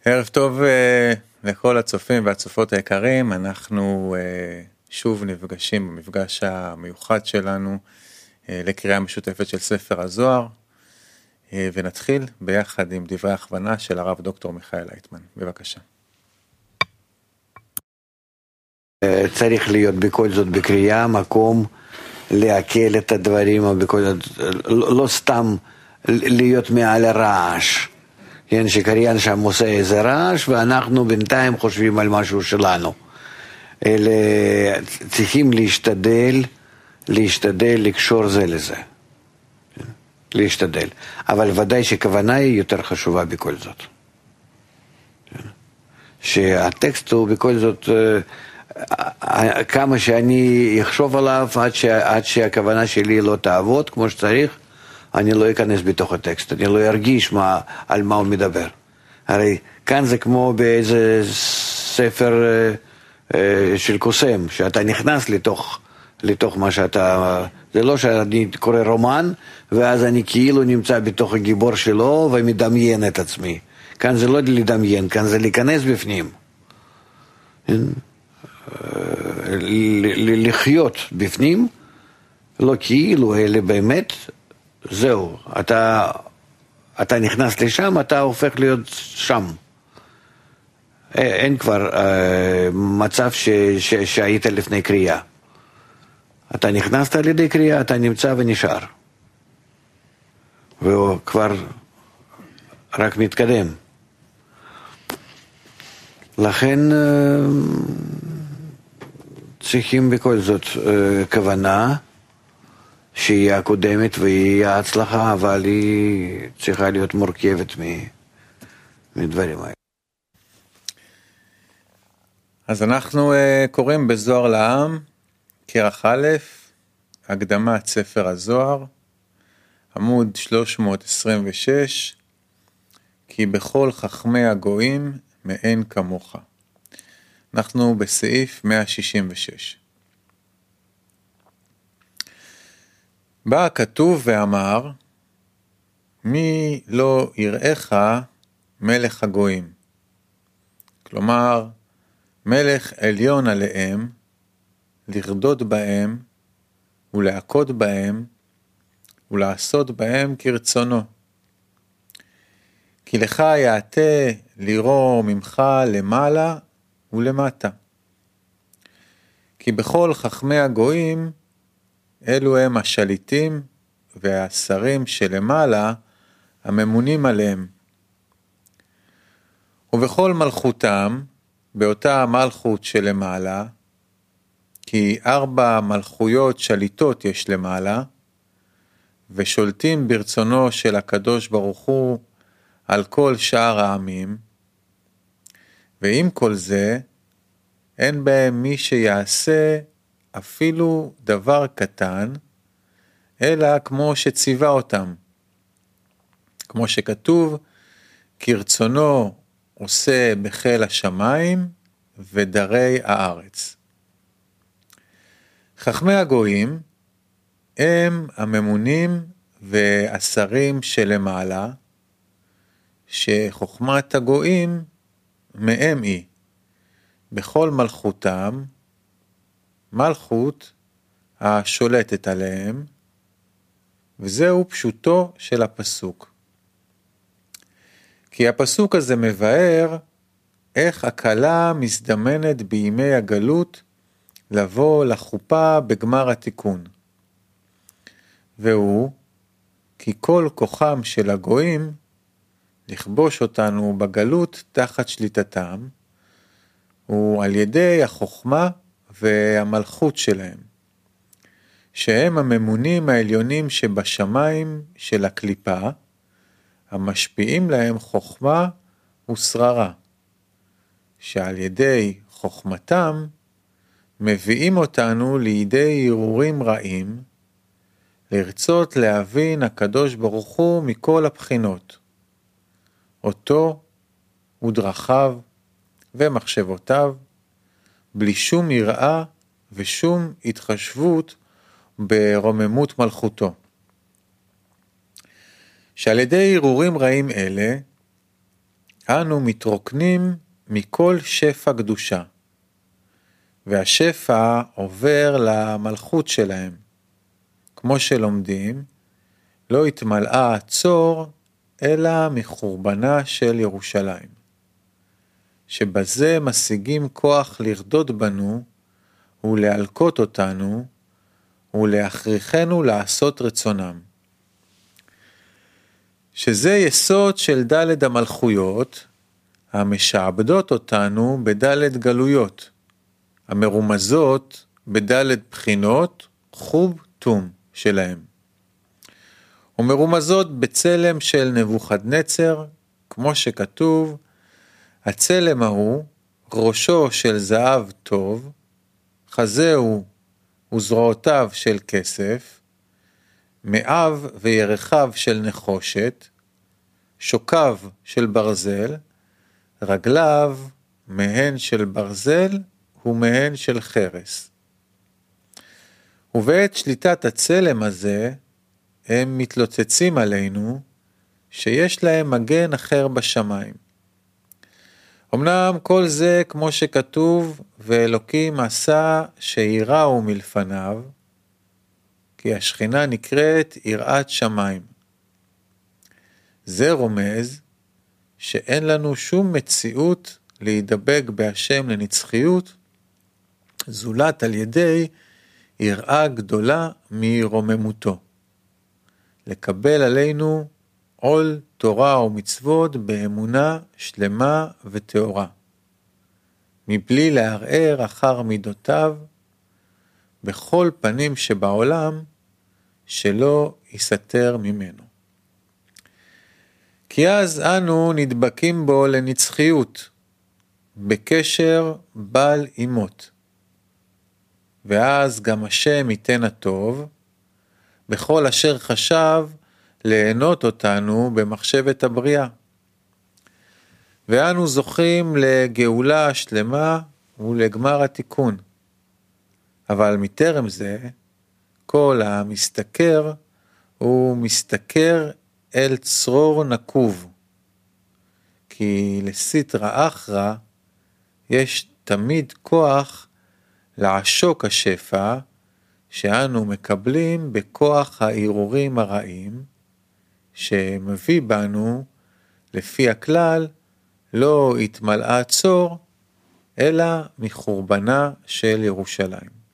ערב טוב לכל הצופים והצופות היקרים, אנחנו שוב נפגשים במפגש המיוחד שלנו לקריאה משותפת של ספר הזוהר, ונתחיל ביחד עם דברי הכוונה של הרב דוקטור מיכאל לייטמן. בבקשה. צריך להיות בכל זאת בקריאה, מקום להקל את הדברים, לא סתם להיות מעל הרעש. כן, שקריין שם עושה איזה רעש, ואנחנו בינתיים חושבים על משהו שלנו. אלה צריכים להשתדל לקשור זה לזה. להשתדל. אבל ודאי שכוונה היא יותר חשובה בכל זאת. שהטקסט הוא בכל זאת, כמה שאני אחשוב עליו, עד שהכוונה שלי לא תעבוד כמו שצריך, אני לא אכנס בתוך הטקסט, אני לא ארגיש על מה הוא מדבר. הרי כאן זה כמו באיזה ספר של קוסם, שאתה נכנס לתוך מה שאתה, זה לא שאני קורא רומן, ואז אני כאילו נמצא בתוך הגיבור שלו ומדמיין את עצמי. כאן זה לא לדמיין, כאן זה להיכנס בפנים. לחיות בפנים, לא כאילו, אלא באמת, זהו, אתה נכנס לשם, אתה הופך להיות שם. אין כבר מצב שהיית לפני קריאה. אתה נכנסת על ידי קריאה, אתה נמצא ונשאר. והוא כבר רק מתקדם. לכן צריכים בכל זאת כוונה, שהיא הקודמת והיא ההצלחה, אבל היא צריכה להיות מורכבת מדברים האלה. אז אנחנו קוראים בזוהר לעם, כרך א', הקדמת ספר הזוהר, עמוד 326, כי בכל חכמי הגויים מאין כמוך. אנחנו בסעיף 166. בא כתוב ואמר, מי לא יראיך מלך הגויים. כלומר, מלך עליון עליהם, לרדות בהם, ולהכות בהם, ולעשות בהם כרצונו. כי לך יעתה לירוא ממך למעלה ולמטה. כי בכל חכמי הגויים, אלו הם השליטים והשרים שלמעלה הממונים עליהם. ובכל מלכותם, באותה מלכות שלמעלה, כי 4 מלכויות שליטות יש למעלה, ושולטים ברצונו של הקדוש ברוך הוא על כל שאר העמים, ועם כל זה, אין בהם מי שיעשה אפילו דבר קטן, אלא כמו שציווה אותם. כמו שכתוב, כרצונו עושה בחיל השמיים ודרי הארץ. חכמי הגויים הם הממונים והשרים שלמעלה, שחוכמת הגויים מהם היא. בכל מלכותם, מלכות השולטת עליהם, וזהו פשוטו של הפסוק. כי הפסוק הזה מבאר איך הקלה מזדמנת בימי הגלות לבוא לחופה בגמר התיקון. והוא, כי כל כוחם של הגויים לכבוש אותנו בגלות תחת שליטתם, הוא על ידי החוכמה והמלכות שלהם, שהם הממונים העליונים שבשמיים של הקליפה, המשפיעים להם חוכמה ושררה, שעל ידי חוכמתם מביאים אותנו לידי הרהורים רעים, לרצות להבין הקדוש ברוך הוא מכל הבחינות, אותו ודרכיו ומחשבותיו, בלי שום יראה ושום התחשבות ברוממות מלכותו. שעל ידי הרהורים רעים אלה, אנו מתרוקנים מכל שפע קדושה, והשפע עובר למלכות שלהם. כמו שלומדים, לא התמלאה הצור, אלא מחורבנה של ירושלים. שבזה משיגים כוח לרדות בנו, ולהלקות אותנו, ולהכריחנו לעשות רצונם. שזה יסוד של ד' המלכויות, המשעבדות אותנו בד' גלויות, המרומזות בד' בחינות חוב תום שלהם. ומרומזות בצלם של נבוכדנצר, כמו שכתוב, הצלם ההוא, ראשו של זהב טוב, חזהו וזרועותיו של כסף, מאב וירחיו של נחושת, שוקיו של ברזל, רגליו מהן של ברזל ומהן של חרס. ובעת שליטת הצלם הזה, הם מתלוצצים עלינו, שיש להם מגן אחר בשמיים. אמנם כל זה כמו שכתוב, ואלוקים עשה שיראו מלפניו, כי השכינה נקראת יראת שמיים. זה רומז שאין לנו שום מציאות להידבק בהשם לנצחיות, זולת על ידי יראה גדולה מרוממותו. לקבל עלינו עול תורה ומצוות באמונה שלמה וטהורה, מבלי לערער אחר מידותיו, בכל פנים שבעולם, שלא יסתר ממנו. כי אז אנו נדבקים בו לנצחיות, בקשר בל אימות. ואז גם השם ייתן הטוב, בכל אשר חשב ליהנות אותנו במחשבת הבריאה. ואנו זוכים לגאולה השלמה ולגמר התיקון. אבל מטרם זה, כל המסתכר הוא מסתכר אל צרור נקוב. כי לסטרא אחרא יש תמיד כוח לעשוק השפע, שאנו מקבלים בכוח הערעורים הרעים, שמביא בנו לפי הכלל לא התמלאה צור, אלא מחורבנה של ירושלים.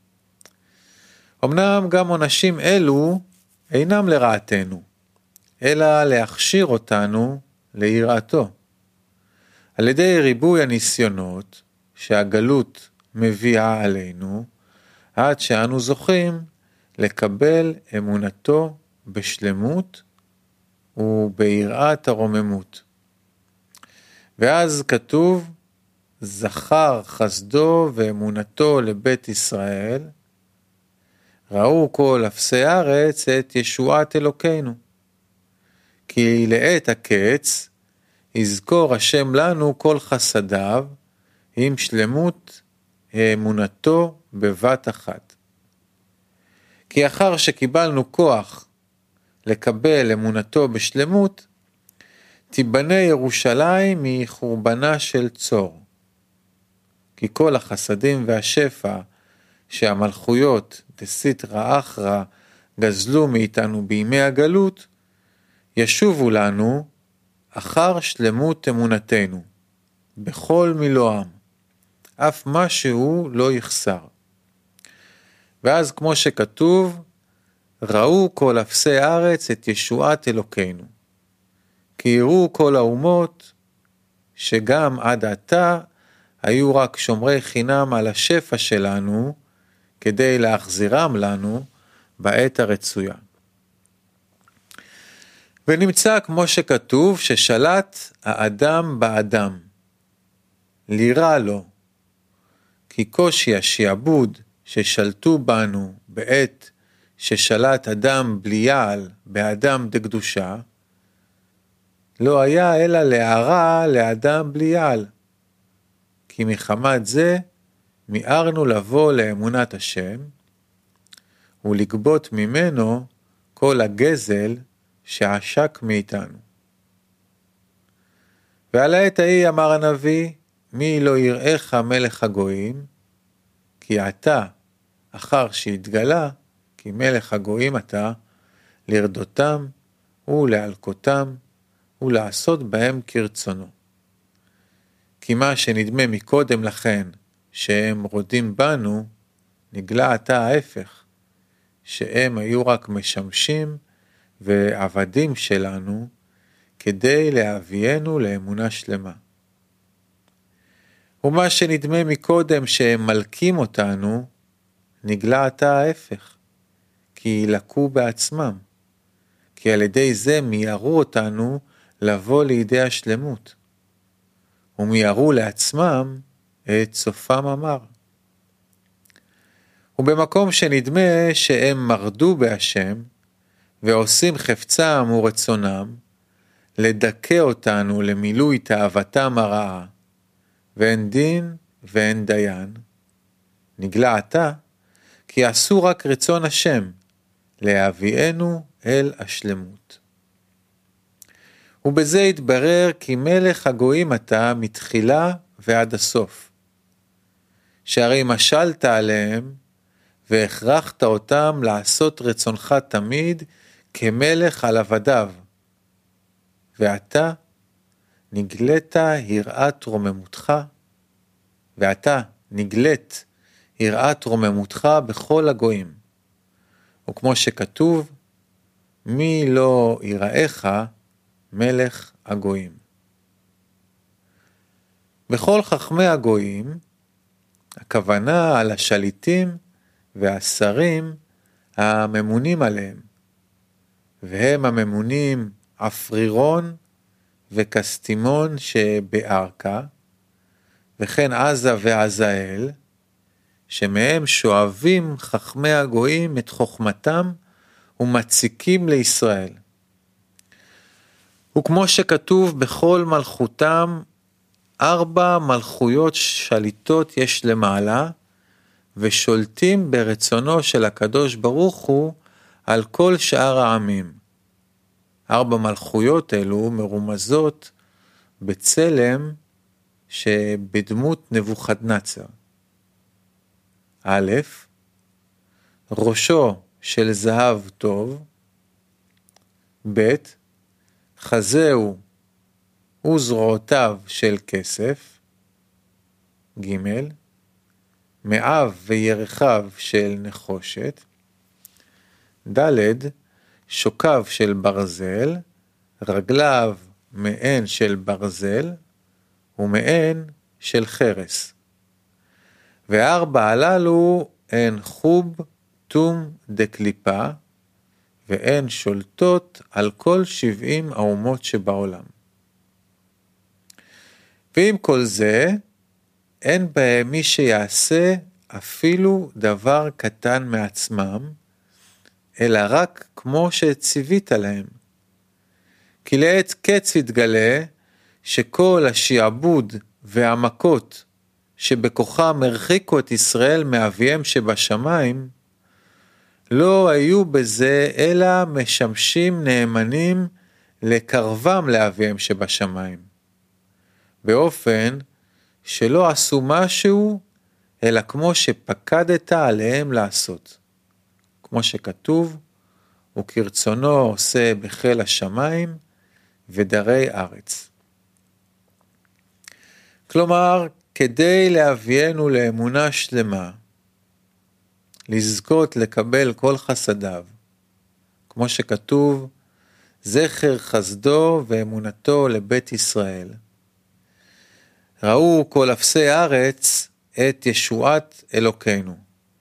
אמנם גם עונשים אלו אינם לרעתנו, אלא להכשיר אותנו ליראתו. על ידי ריבוי הניסיונות שהגלות מביאה עלינו, עד שאנו זוכים לקבל אמונתו בשלמות וביראת הרוממות. ואז כתוב, זכר חסדו ואמונתו לבית ישראל, ראו כל אפסי הארץ את ישועת אלוקינו. כי לעת הקץ יזכור השם לנו כל חסדיו עם שלמות אמונתו בבת אחת. כי אחר שקיבלנו כוח לקבל אמונתו בשלמות, תיבנה ירושלים מחורבנה של צור. כי כל החסדים והשפע שהמלכויות דסטרא אחרא גזלו מאיתנו בימי הגלות, ישובו לנו אחר שלמות אמונתנו, בכל מילואם, אף משהו לא יחסר. ואז כמו שכתוב, ראו כל אפסי הארץ את ישועת אלוקינו. כי יראו כל האומות, שגם עד עתה היו רק שומרי חינם על השפע שלנו, כדי להחזירם לנו בעת הרצויה. ונמצא כמו שכתוב, ששלט האדם באדם, לירה לו, כי קושי השעבוד ששלטו בנו בעת ששלט אדם בליעל באדם דקדושה, לא היה אלא להערה לאדם בליעל. כי מחמת זה מיהרנו לבוא לאמונת השם, ולגבות ממנו כל הגזל שעשק מאיתנו. ועל העת ההיא אמר הנביא, מי לא יראיך מלך הגויים, כי אתה, אחר שהתגלה, כי מלך הגויים אתה, לרדותם ולהלקותם ולעשות בהם כרצונו. כי מה שנדמה מקודם לכן שהם רודים בנו, נגלה עתה ההפך, שהם היו רק משמשים ועבדים שלנו, כדי להביאנו לאמונה שלמה. ומה שנדמה מקודם שהם מלקים אותנו, נגלה עתה ההפך, כי לקו בעצמם, כי על ידי זה מיירו אותנו לבוא לידי השלמות, ומיירו לעצמם את סופם אמר. ובמקום שנדמה שהם מרדו בהשם, ועושים חפצם ורצונם, לדכא אותנו למילוי תאוותם הרעה, ואין דין ואין דיין, נגלה עתה, כי עשו רק רצון השם, להביאנו אל השלמות. ובזה התברר כי מלך הגויים אתה מתחילה ועד הסוף, שהרי משלת עליהם, והכרחת אותם לעשות רצונך תמיד כמלך על עבדיו, ואתה נגלית יראת רוממותך, בכל הגויים. וכמו שכתוב, מי לא יראיך מלך הגויים. בכל חכמי הגויים, הכוונה על השליטים והשרים הממונים עליהם, והם הממונים אפרירון וקסטימון שבארכה, וכן עזה ועזאל, שמהם שואבים חכמי הגויים את חוכמתם ומציקים לישראל. וכמו שכתוב בכל מלכותם, 4 מלכויות שליטות יש למעלה, ושולטים ברצונו של הקדוש ברוך הוא על כל שאר העמים. 4 מלכויות אלו מרומזות בצלם שבדמות נבוכדנצר. א', ראשו של זהב טוב, ב', חזהו וזרועותיו של כסף, ג', מאיו וירחיו של נחושת, ד', שוקיו של ברזל, רגליו מעין של ברזל, ומעין של חרס. ו4 הללו הן חוב תום דקליפה, והן שולטות על כל 70 האומות שבעולם. ועם כל זה, אין בהם מי שיעשה אפילו דבר קטן מעצמם, אלא רק כמו שציווית להם. כי לעת קץ יתגלה שכל השעבוד והמכות שבכוחם הרחיקו את ישראל מאביהם שבשמיים, לא היו בזה אלא משמשים נאמנים לקרבם לאביהם שבשמיים, באופן שלא עשו משהו אלא כמו שפקדת עליהם לעשות. כמו שכתוב, וכרצונו עושה בחיל השמיים ודרי ארץ. כלומר, כדי להביאנו לאמונה שלמה, לזכות לקבל כל חסדיו, כמו שכתוב, זכר חסדו ואמונתו לבית ישראל. ראו כל אפסי הארץ את ישועת אלוקינו,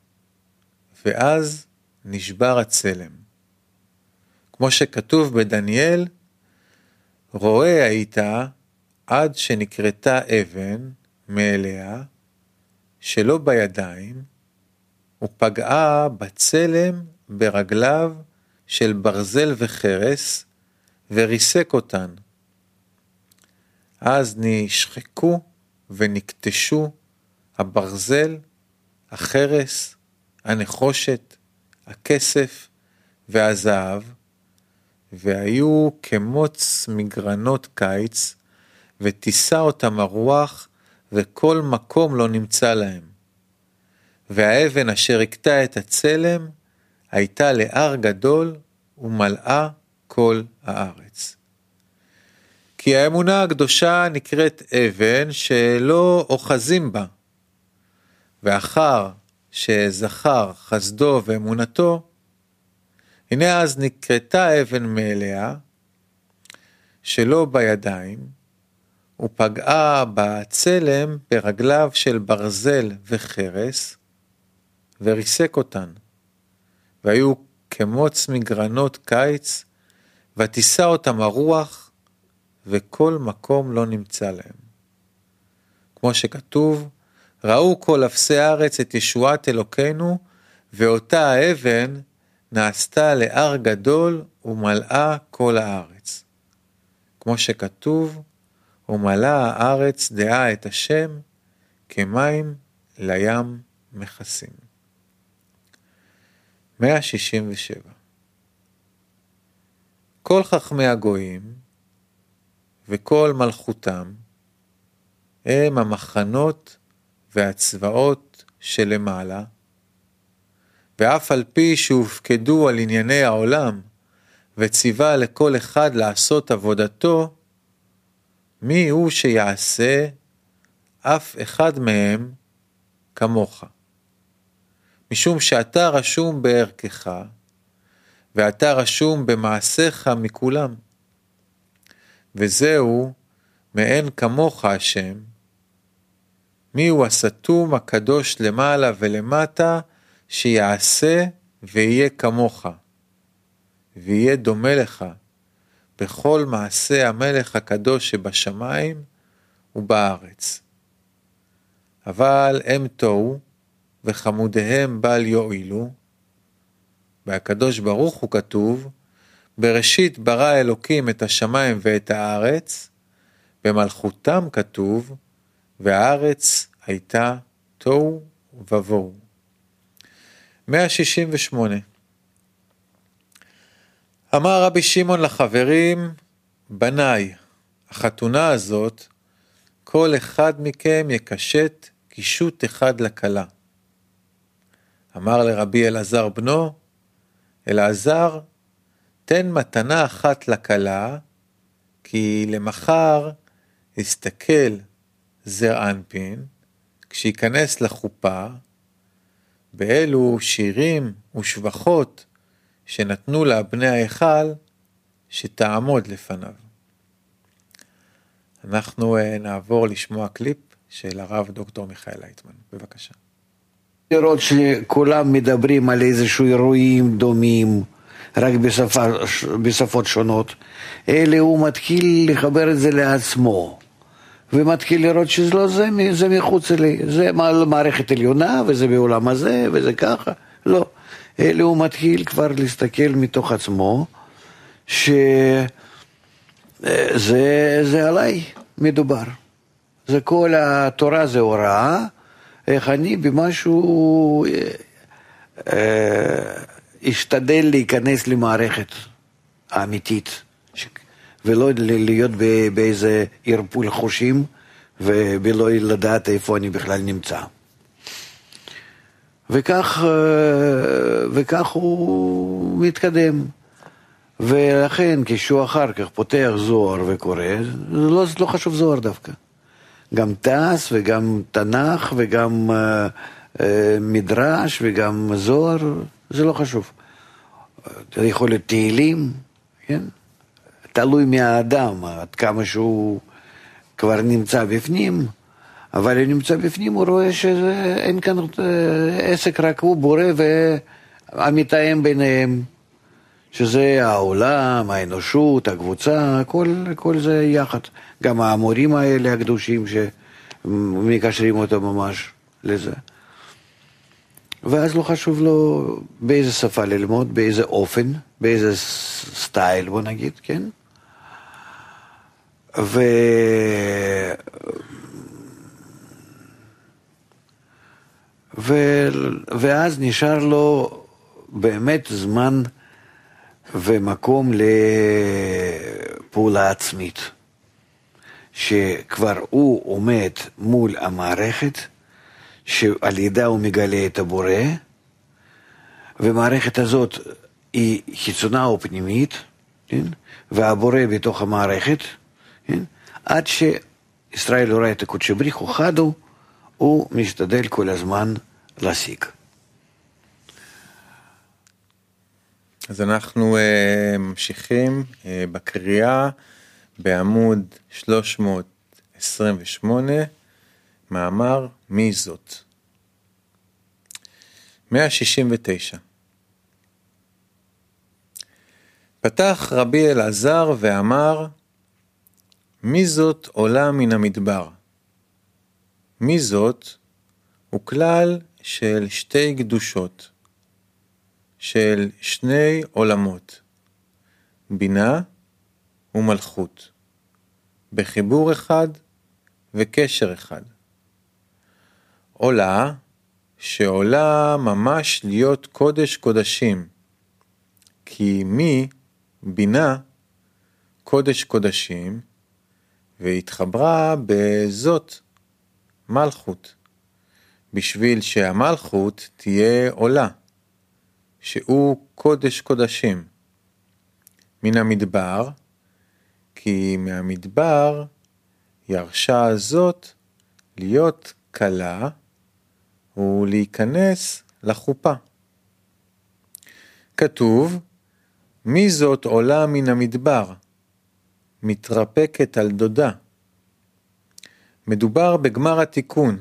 ואז נשבר הצלם. כמו שכתוב בדניאל, רואה היית עד שנקרתה אבן מאליה, שלא בידיים, ופגעה בצלם ברגליו של ברזל וחרס, וריסק אותן. אז נשחקו ונקטשו הברזל, החרס, הנחושת, הכסף והזהב, והיו כמוץ מגרנות קיץ, ותישא אותם הרוח, וכל מקום לא נמצא להם. והאבן אשר הכתה את הצלם, הייתה להר גדול, ומלאה כל הארץ. כי האמונה הקדושה נקראת אבן שלא אוחזים בה, ואחר שזכר חסדו ואמונתו, הנה אז נקרתה אבן מאליה, שלא בידיים, ופגעה בצלם ברגליו של ברזל וחרס, וריסק אותן, והיו כמוץ מגרנות קיץ, ותישא אותם הרוח, וכל מקום לא נמצא להם. כמו שכתוב, ראו כל אפסי הארץ את ישועת אלוקינו, ואותה האבן נעשתה להר גדול, ומלאה כל הארץ. כמו שכתוב, ומלאה הארץ דעה את השם, כמים לים מכסים. 167. כל חכמי הגויים וכל מלכותם הם המחנות והצבאות שלמעלה, ואף על פי שהופקדו על ענייני העולם וציווה לכל אחד לעשות עבודתו, מי הוא שיעשה אף אחד מהם כמוך? משום שאתה רשום בערכך, ואתה רשום במעשיך מכולם. וזהו מאין כמוך השם, מי הוא הסתום הקדוש למעלה ולמטה, שיעשה ויהיה כמוך, ויהיה דומה לך, בכל מעשה המלך הקדוש שבשמיים ובארץ. אבל הם תוהו, וחמודיהם בל יועילו, והקדוש ברוך הוא כתוב, בראשית ברא אלוקים את השמיים ואת הארץ, במלכותם כתוב, והארץ הייתה תוהו ובוהו. 168. אמר רבי שמעון לחברים, בניי, החתונה הזאת, כל אחד מכם יקשט קישוט אחד לכלה. אמר לרבי אלעזר בנו, אלעזר, תן מתנה אחת לכלה, כי למחר יסתכל זר אנפין, כשיכנס לחופה, באלו שירים ושבחות שנתנו לה בני ההיכל, שתעמוד לפניו. אנחנו נעבור לשמוע קליפ של הרב דוקטור מיכאל לייטמן. בבקשה. לראות שכולם מדברים על איזשהו אירועים דומים, רק בשפות שונות, אלא הוא מתחיל לחבר את זה לעצמו, ומתחיל לראות שזה לא זה, זה מחוץ לי, זה מערכת עליונה, וזה בעולם הזה, וזה ככה, לא. אלא הוא מתחיל כבר להסתכל מתוך עצמו, שזה עליי מדובר. זה כל התורה זה הוראה, איך אני במשהו אשתדל להיכנס למערכת האמיתית, ולא להיות באיזה ערפול חושים, ולא לדעת איפה אני בכלל נמצא. וכך הוא מתקדם. ולכן כשהוא אחר כך פותח זוהר וקורא, זה לא חשוב זוהר דווקא. גם תס וגם תנ"ך וגם מדרש וגם זוהר, זה לא חשוב. זה יכול להיות תהילים, כן? תלוי מהאדם, עד כמה שהוא כבר נמצא בפנים, אבל הוא נמצא בפנים, הוא רואה שאין כאן עסק, רק הוא בורא והמתאם ביניהם, שזה העולם, האנושות, הקבוצה, כל זה יחד. גם המורים האלה הקדושים שמקשרים אותו ממש לזה. ואז לא חשוב לו באיזה שפה ללמוד, באיזה אופן, באיזה סטייל, בוא נגיד, כן? ואז נשאר לו באמת זמן ומקום לפעולה עצמית. שכבר הוא עומד מול המערכת, שעל ידה הוא מגלה את הבורא, והמערכת הזאת היא חיצונה או פנימית, כן? והבורא בתוך המערכת, כן? עד שישראל רואה את הקודשי בריחו חדו, הוא משתדל כל הזמן להשיג. אז אנחנו ממשיכים בקריאה בעמוד 328, מאמר מי זאת. 169. פתח רבי אלעזר ואמר, מי זאת עולה מן המדבר? מי זאת הוא כלל של שתי קדושות, של שני עולמות, בינה ומלכות, בחיבור אחד וקשר אחד. עולה שעולה ממש להיות קודש קודשים, כי מי בינה קודש קודשים, והתחברה בזאת מלכות, בשביל שהמלכות תהיה עולה, שהוא קודש קודשים. מן המדבר, כי מהמדבר ירשה הזאת להיות קלה ולהיכנס לחופה. כתוב, מי זאת עולה מן המדבר? מתרפקת על דודה. מדובר בגמר התיקון.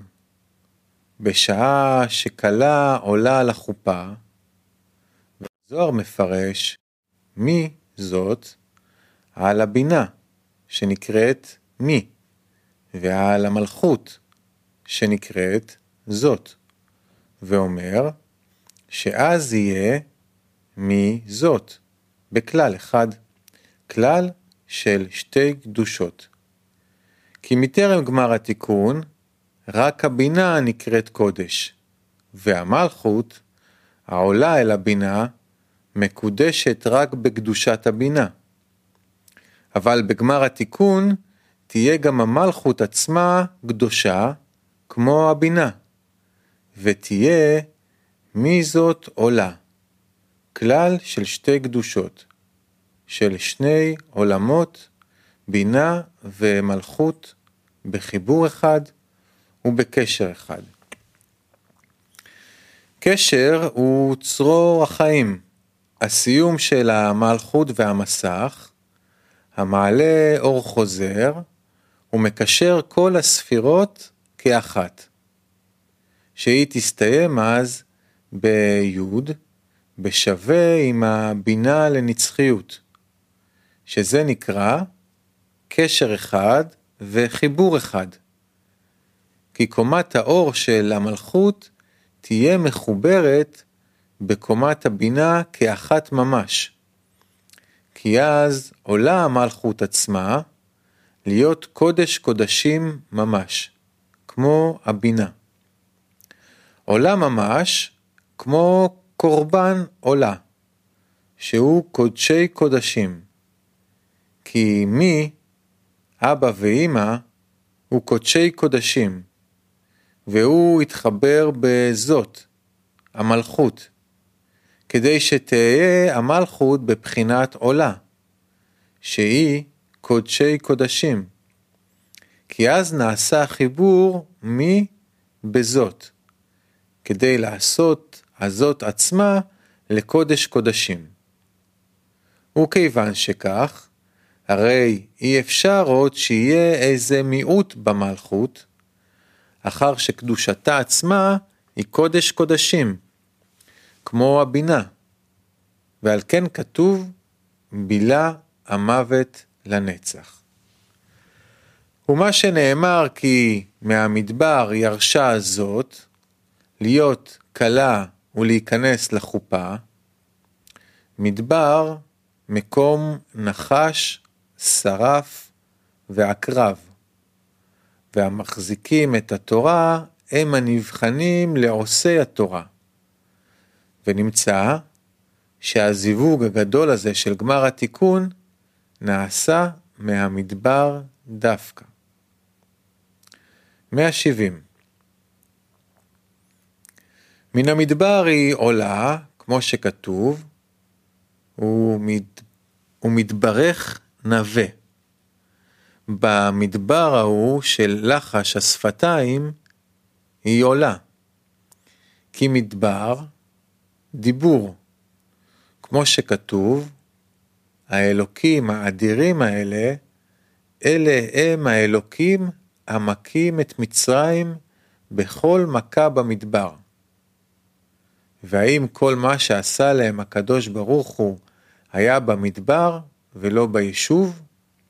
בשעה שקלה עולה לחופה, והזוהר מפרש, מי זאת? על הבינה, שנקראת מי, ועל המלכות, שנקראת זאת, ואומר, שאז יהיה מי זאת, בכלל אחד, כלל של שתי קדושות. כי מטרם גמר התיקון, רק הבינה נקראת קודש, והמלכות, העולה אל הבינה, מקודשת רק בקדושת הבינה. אבל בגמר התיקון, תהיה גם המלכות עצמה קדושה, כמו הבינה, ותהיה מי זאת עולה, כלל של שתי קדושות, של שני עולמות, בינה ומלכות, בחיבור אחד ובקשר אחד. קשר הוא צרור החיים, הסיום של המלכות והמסך, המעלה אור חוזר, ומקשר כל הספירות כאחת, שהיא תסתיים אז ביוד, בשווה עם הבינה לנצחיות, שזה נקרא קשר אחד וחיבור אחד. כי קומת האור של המלכות תהיה מחוברת בקומת הבינה כאחת ממש. כי אז עולה המלכות עצמה להיות קודש קודשים ממש, כמו הבינה. עולה ממש כמו קורבן עולה, שהוא קודשי קודשים. כי מי, אבא ואמא, הוא קודשי קודשים, והוא התחבר בזאת, המלכות, כדי שתהיה המלכות בבחינת עולה, שהיא קודשי קודשים. כי אז נעשה חיבור מי בזאת, כדי לעשות הזאת עצמה לקודש קודשים. וכיוון שכך, הרי אי אפשר עוד שיהיה איזה מיעוט במלכות, אחר שקדושתה עצמה היא קודש קודשים, כמו הבינה, ועל כן כתוב בילה המוות לנצח. ומה שנאמר כי מהמדבר ירשה זאת, להיות קלה ולהיכנס לחופה, מדבר מקום נחש, שרף ועקרב, והמחזיקים את התורה הם הנבחנים לעושי התורה. ונמצא שהזיווג הגדול הזה של גמר התיקון נעשה מהמדבר דווקא. 170. מן המדבר היא עולה, כמו שכתוב, ומתברך נווה. במדבר ההוא של לחש השפתיים היא עולה. כי מדבר, דיבור. כמו שכתוב, האלוקים האדירים האלה, אלה הם האלוקים המכים את מצרים בכל מכה במדבר. והאם כל מה שעשה להם הקדוש ברוך הוא היה במדבר ולא ביישוב?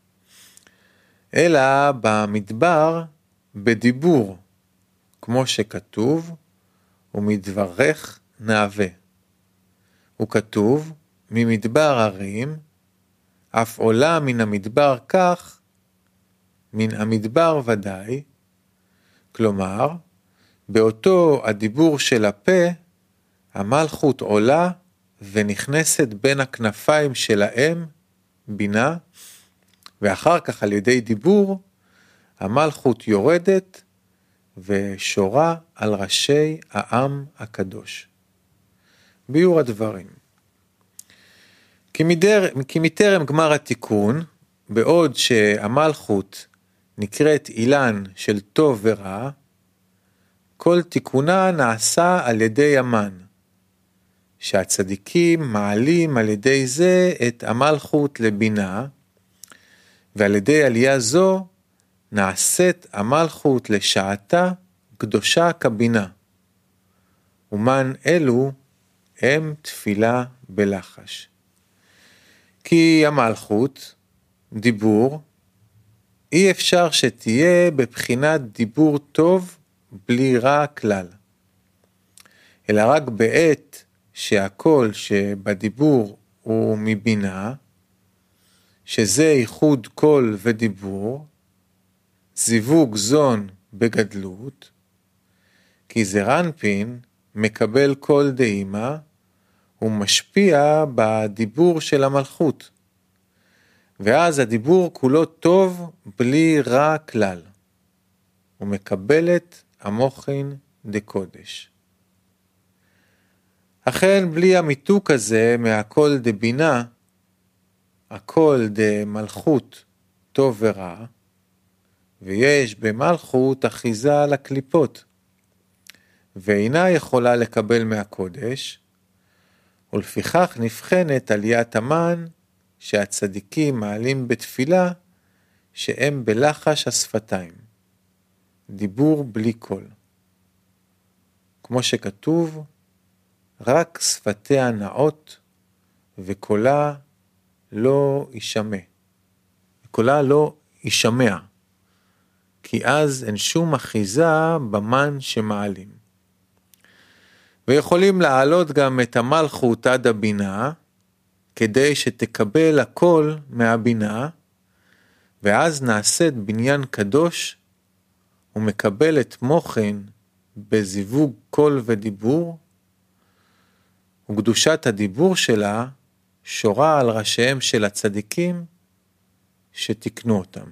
אלא במדבר בדיבור, כמו שכתוב, ומתברך נאווה. וכתוב, ממדבר הרים, אף עולה מן המדבר כך, מן המדבר ודאי, כלומר, באותו הדיבור של הפה, המלכות עולה ונכנסת בין הכנפיים של האם, בינה, ואחר כך על ידי דיבור, המלכות יורדת ושורה על ראשי העם הקדוש. ביור הדברים. כי מטרם גמר התיקון, בעוד שהמלכות נקראת אילן של טוב ורע, כל תיקונה נעשה על ידי המן, שהצדיקים מעלים על ידי זה את המלכות לבינה, ועל ידי עלייה זו נעשית המלכות לשעתה קדושה כבינה. ומן אלו הם תפילה בלחש. כי המלכות, דיבור, אי אפשר שתהיה בבחינת דיבור טוב בלי רע כלל. אלא רק בעת שהכל שבדיבור הוא מבינה, שזה ייחוד קול ודיבור, זיווג זון בגדלות, כי זרנפין מקבל קול דאימה, ומשפיע בדיבור של המלכות. ואז הדיבור כולו טוב בלי רע כלל, ומקבלת המוחין דקודש. אכן בלי המיתוק הזה מהקול דבינה, הקול דמלכות טוב ורע, ויש במלכות אחיזה לקליפות, ואינה יכולה לקבל מהקודש, ולפיכך נבחנת עליית המן שהצדיקים מעלים בתפילה, שהם בלחש השפתיים, דיבור בלי קול. כמו שכתוב, רק שפתיה נאות וקולה לא יישמע. קולה לא יישמע, כי אז אין שום אחיזה במן שמעלים. ויכולים להעלות גם את המלכות עד הבינה, כדי שתקבל הכל מהבינה, ואז נעשית בניין קדוש, ומקבלת מוחן בזיווג קול ודיבור, וקדושת הדיבור שלה שורה על ראשיהם של הצדיקים שתקנו אותם.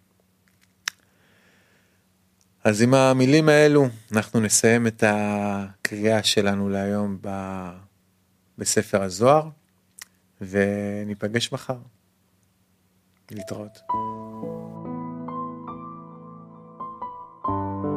אז עם המילים האלו אנחנו נסיים את הקריאה שלנו להיום בספר הזוהר, וניפגש מחר. להתראות.